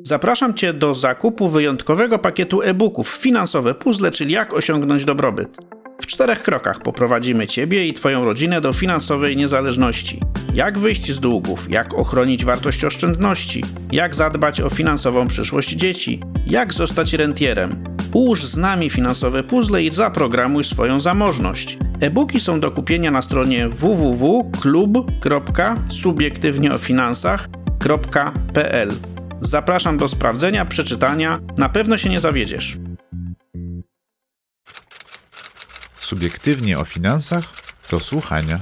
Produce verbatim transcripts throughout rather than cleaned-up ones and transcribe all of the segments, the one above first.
Zapraszam Cię do zakupu wyjątkowego pakietu e-booków Finansowe Puzzle, czyli jak osiągnąć dobrobyt. W czterech krokach poprowadzimy Ciebie i Twoją rodzinę do finansowej niezależności. Jak wyjść z długów, jak ochronić wartość oszczędności, jak zadbać o finansową przyszłość dzieci, jak zostać rentierem. Ułóż z nami finansowe puzzle i zaprogramuj swoją zamożność. E-booki są do kupienia na stronie w w w kropka klub kropka subiektywnieofinansach kropka p l. Zapraszam do sprawdzenia, przeczytania. Na pewno się nie zawiedziesz. Subiektywnie o finansach do słuchania.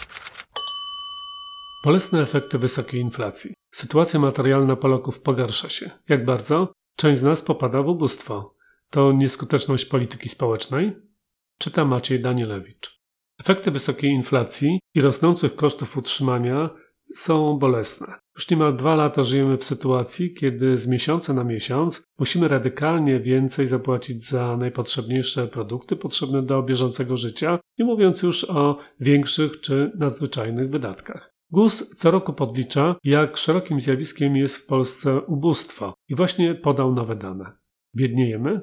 Bolesne efekty wysokiej inflacji. Sytuacja materialna Polaków pogarsza się. Jak bardzo? Część z nas popada w ubóstwo. To nieskuteczność polityki społecznej? Czyta Maciej Danielewicz. Efekty wysokiej inflacji i rosnących kosztów utrzymania są bolesne. Już niemal dwa lata żyjemy w sytuacji, kiedy z miesiąca na miesiąc musimy radykalnie więcej zapłacić za najpotrzebniejsze produkty potrzebne do bieżącego życia, nie mówiąc już o większych czy nadzwyczajnych wydatkach. GUS co roku podlicza, jak szerokim zjawiskiem jest w Polsce ubóstwo i właśnie podał nowe dane. Biedniejemy?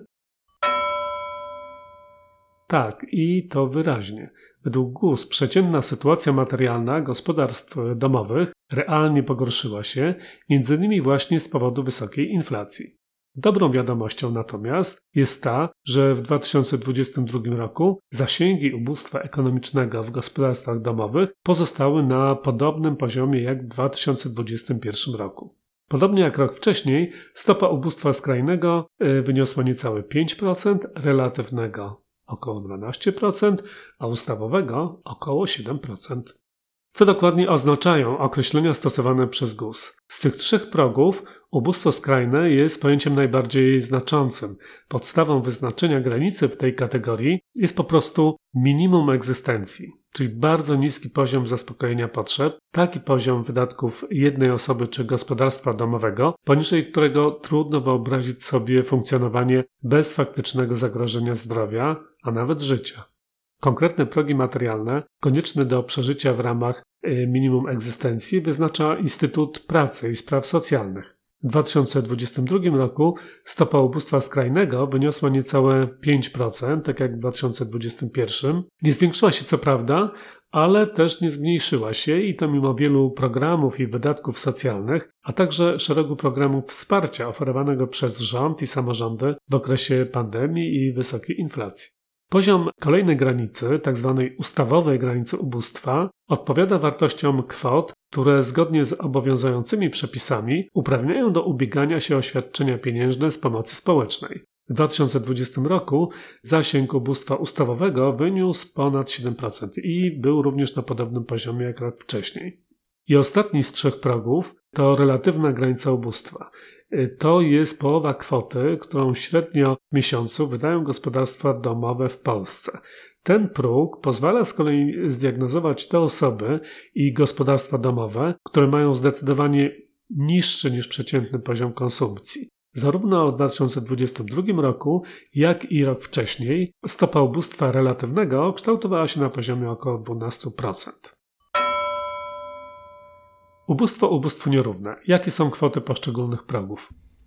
Tak, i to wyraźnie. Według GUS przeciętna sytuacja materialna gospodarstw domowych realnie pogorszyła się, między innymi właśnie z powodu wysokiej inflacji. Dobrą wiadomością natomiast jest ta, że w dwa tysiące dwudziestym drugim roku zasięgi ubóstwa ekonomicznego w gospodarstwach domowych pozostały na podobnym poziomie jak w dwa tysiące dwudziestym pierwszym roku. Podobnie jak rok wcześniej, stopa ubóstwa skrajnego wyniosła niecałe pięć procent, relatywnego około dwanaście procent, a ustawowego około siedem procent. Co dokładnie oznaczają określenia stosowane przez GUS? Z tych trzech progów ubóstwo skrajne jest pojęciem najbardziej znaczącym. Podstawą wyznaczenia granicy w tej kategorii jest po prostu minimum egzystencji, czyli bardzo niski poziom zaspokojenia potrzeb, taki poziom wydatków jednej osoby czy gospodarstwa domowego, poniżej którego trudno wyobrazić sobie funkcjonowanie bez faktycznego zagrożenia zdrowia, a nawet życia. Konkretne progi materialne konieczne do przeżycia w ramach minimum egzystencji wyznacza Instytut Pracy i Spraw Socjalnych. W dwa tysiące dwudziestym drugim roku stopa ubóstwa skrajnego wyniosła niecałe pięć procent, tak jak w dwa tysiące dwudziestym pierwszym. Nie zwiększyła się co prawda, ale też nie zmniejszyła się i to mimo wielu programów i wydatków socjalnych, a także szeregu programów wsparcia oferowanego przez rząd i samorządy w okresie pandemii i wysokiej inflacji. Poziom kolejnej granicy, tzw. ustawowej granicy ubóstwa, odpowiada wartościom kwot, które zgodnie z obowiązującymi przepisami uprawniają do ubiegania się o świadczenia pieniężne z pomocy społecznej. W dwa tysiące dwudziestym roku zasięg ubóstwa ustawowego wyniósł ponad siedem procent i był również na podobnym poziomie jak rok wcześniej. I ostatni z trzech progów to relatywna granica ubóstwa. To jest połowa kwoty, którą średnio w miesiącu wydają gospodarstwa domowe w Polsce. Ten próg pozwala z kolei zdiagnozować te osoby i gospodarstwa domowe, które mają zdecydowanie niższy niż przeciętny poziom konsumpcji. Zarówno w dwa tysiące dwudziestym drugim roku, jak i rok wcześniej stopa ubóstwa relatywnego kształtowała się na poziomie około dwanaście procent. Ubóstwo ubóstwu nierówne. Jakie są kwoty poszczególnych progów?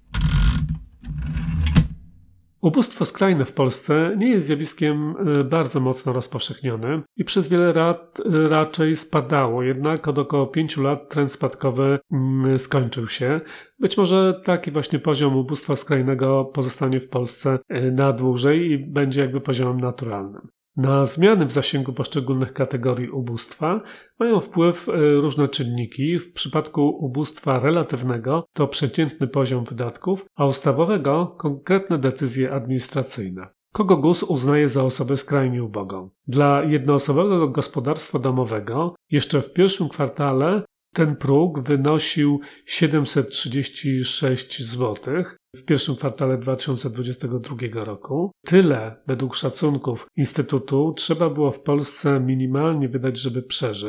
Ubóstwo skrajne w Polsce nie jest zjawiskiem bardzo mocno rozpowszechnionym i przez wiele lat raczej spadało, jednak od około pięciu lat trend spadkowy skończył się. Być może taki właśnie poziom ubóstwa skrajnego pozostanie w Polsce na dłużej i będzie jakby poziomem naturalnym. Na zmiany w zasięgu poszczególnych kategorii ubóstwa mają wpływ różne czynniki. W przypadku ubóstwa relatywnego to przeciętny poziom wydatków, a ustawowego konkretne decyzje administracyjne. Kogo GUS uznaje za osobę skrajnie ubogą? Dla jednoosobowego gospodarstwa domowego jeszcze w pierwszym kwartale ten próg wynosił siedemset trzydzieści sześć złotych w pierwszym kwartale dwa tysiące dwudziestego drugiego roku. Tyle, według szacunków Instytutu, trzeba było w Polsce minimalnie wydać, żeby przeżyć.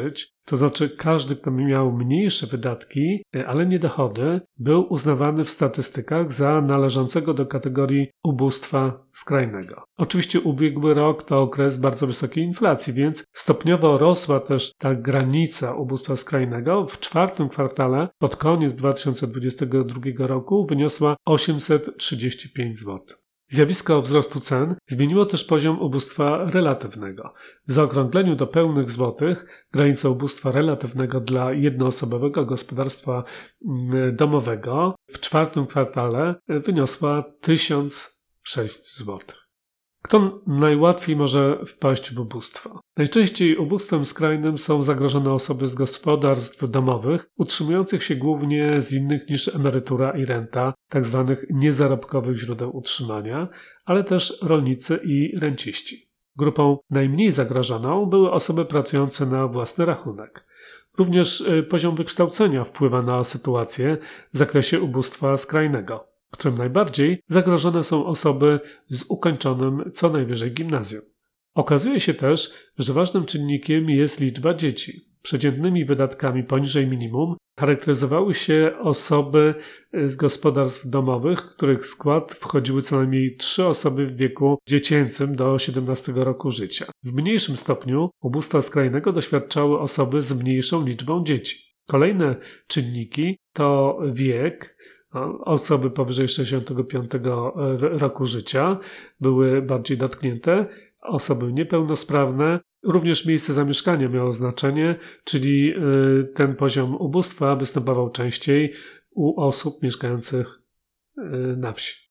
To znaczy każdy, kto miał mniejsze wydatki, ale nie dochody, był uznawany w statystykach za należącego do kategorii ubóstwa skrajnego. Oczywiście ubiegły rok to okres bardzo wysokiej inflacji, więc stopniowo rosła też ta granica ubóstwa skrajnego. W czwartym kwartale pod koniec dwa tysiące dwudziestego drugiego roku wyniosła osiemset trzydzieści pięć złotych. Zjawisko wzrostu cen zmieniło też poziom ubóstwa relatywnego. W zaokrągleniu do pełnych złotych granica ubóstwa relatywnego dla jednoosobowego gospodarstwa domowego w czwartym kwartale wyniosła tysiąc sześć złotych. Kto najłatwiej może wpaść w ubóstwo? Najczęściej ubóstwem skrajnym są zagrożone osoby z gospodarstw domowych, utrzymujących się głównie z innych niż emerytura i renta, tzw. niezarobkowych źródeł utrzymania, ale też rolnicy i renciści. Grupą najmniej zagrożoną były osoby pracujące na własny rachunek. Również poziom wykształcenia wpływa na sytuację w zakresie ubóstwa skrajnego, którym najbardziej zagrożone są osoby z ukończonym co najwyżej gimnazjum. Okazuje się też, że ważnym czynnikiem jest liczba dzieci. Przeciętnymi wydatkami poniżej minimum charakteryzowały się osoby z gospodarstw domowych, w których skład wchodziły co najmniej trzy osoby w wieku dziecięcym do siedemnastego roku życia. W mniejszym stopniu ubóstwa skrajnego doświadczały osoby z mniejszą liczbą dzieci. Kolejne czynniki to wiek. Osoby powyżej sześćdziesiątego piątego roku życia były bardziej dotknięte, osoby niepełnosprawne, również miejsce zamieszkania miało znaczenie, czyli ten poziom ubóstwa występował częściej u osób mieszkających na wsi.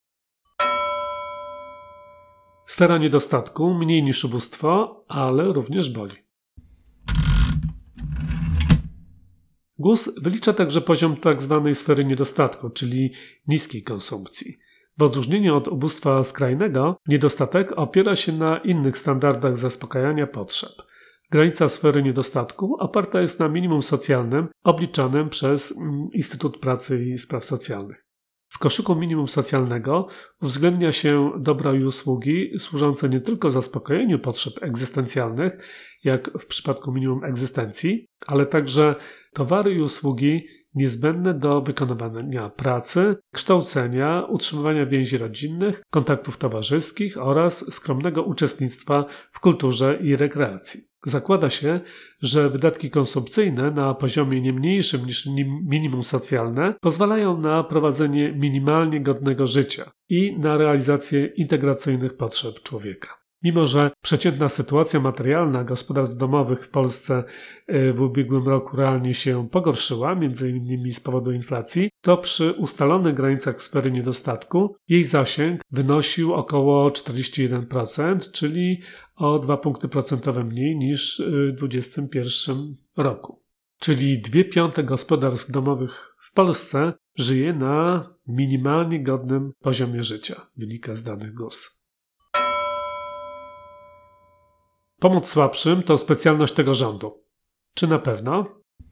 Sfera niedostatku mniej niż ubóstwo, ale również boli. G U S wylicza także poziom tzw. sfery niedostatku, czyli niskiej konsumpcji. W odróżnieniu od ubóstwa skrajnego, niedostatek opiera się na innych standardach zaspokajania potrzeb. Granica sfery niedostatku oparta jest na minimum socjalnym obliczanym przez Instytut Pracy i Spraw Socjalnych. W koszyku minimum socjalnego uwzględnia się dobra i usługi służące nie tylko zaspokojeniu potrzeb egzystencjalnych, jak w przypadku minimum egzystencji, ale także towary i usługi niezbędne do wykonywania pracy, kształcenia, utrzymywania więzi rodzinnych, kontaktów towarzyskich oraz skromnego uczestnictwa w kulturze i rekreacji. Zakłada się, że wydatki konsumpcyjne na poziomie nie mniejszym niż minimum socjalne pozwalają na prowadzenie minimalnie godnego życia i na realizację integracyjnych potrzeb człowieka. Mimo że przeciętna sytuacja materialna gospodarstw domowych w Polsce w ubiegłym roku realnie się pogorszyła, między innymi z powodu inflacji, to przy ustalonych granicach sfery niedostatku jej zasięg wynosił około czterdzieści jeden procent, czyli o dwa punkty procentowe mniej niż w dwudziestym pierwszym roku. Czyli dwie piąte gospodarstw domowych w Polsce żyje na minimalnie godnym poziomie życia, wynika z danych G U S. Pomoc słabszym to specjalność tego rządu. Czy na pewno?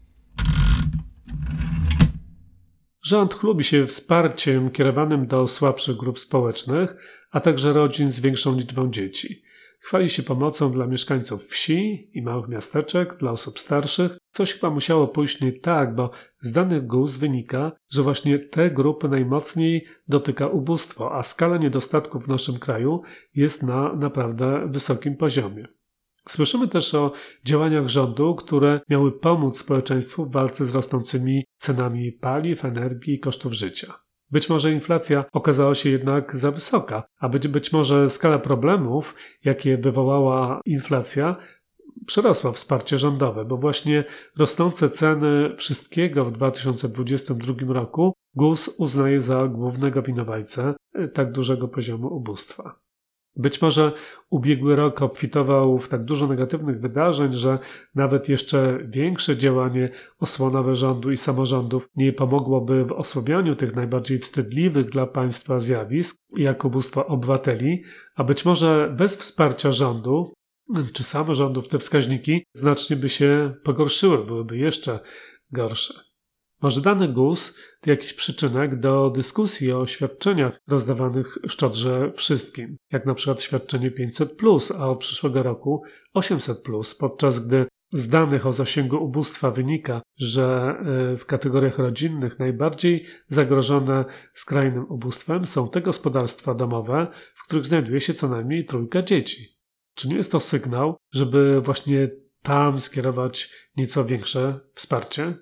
Rząd chlubi się wsparciem kierowanym do słabszych grup społecznych, a także rodzin z większą liczbą dzieci. Chwali się pomocą dla mieszkańców wsi i małych miasteczek, dla osób starszych. Coś chyba musiało pójść nie tak, bo z danych G U S wynika, że właśnie te grupy najmocniej dotyka ubóstwo, a skala niedostatków w naszym kraju jest na naprawdę wysokim poziomie. Słyszymy też o działaniach rządu, które miały pomóc społeczeństwu w walce z rosnącymi cenami paliw, energii i kosztów życia. Być może inflacja okazała się jednak za wysoka, a być, być może skala problemów, jakie wywołała inflacja, przerosła wsparcie rządowe, bo właśnie rosnące ceny wszystkiego w dwa tysiące dwudziestym drugim roku G U S uznaje za głównego winowajcę tak dużego poziomu ubóstwa. Być może ubiegły rok obfitował w tak dużo negatywnych wydarzeń, że nawet jeszcze większe działanie osłonowe rządu i samorządów nie pomogłoby w osłabianiu tych najbardziej wstydliwych dla państwa zjawisk, jak ubóstwo obywateli, a być może bez wsparcia rządu czy samorządów te wskaźniki znacznie by się pogorszyły, byłyby jeszcze gorsze. Może dane G U S to jakiś przyczynek do dyskusji o świadczeniach rozdawanych szczodrze wszystkim, jak na przykład świadczenie pięćset plus, a od przyszłego roku osiemset plus, podczas gdy Z danych o zasięgu ubóstwa wynika, że w kategoriach rodzinnych najbardziej zagrożone skrajnym ubóstwem są te gospodarstwa domowe, w których znajduje się co najmniej trójka dzieci. Czy nie jest to sygnał, żeby właśnie tam skierować nieco większe wsparcie?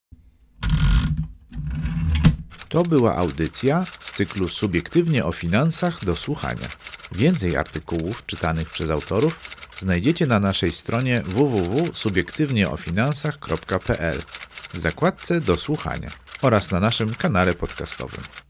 To była audycja z cyklu Subiektywnie o finansach do słuchania. Więcej artykułów czytanych przez autorów znajdziecie na naszej stronie w w w kropka subiektywnieofinansach kropka p l w zakładce do słuchania oraz na naszym kanale podcastowym.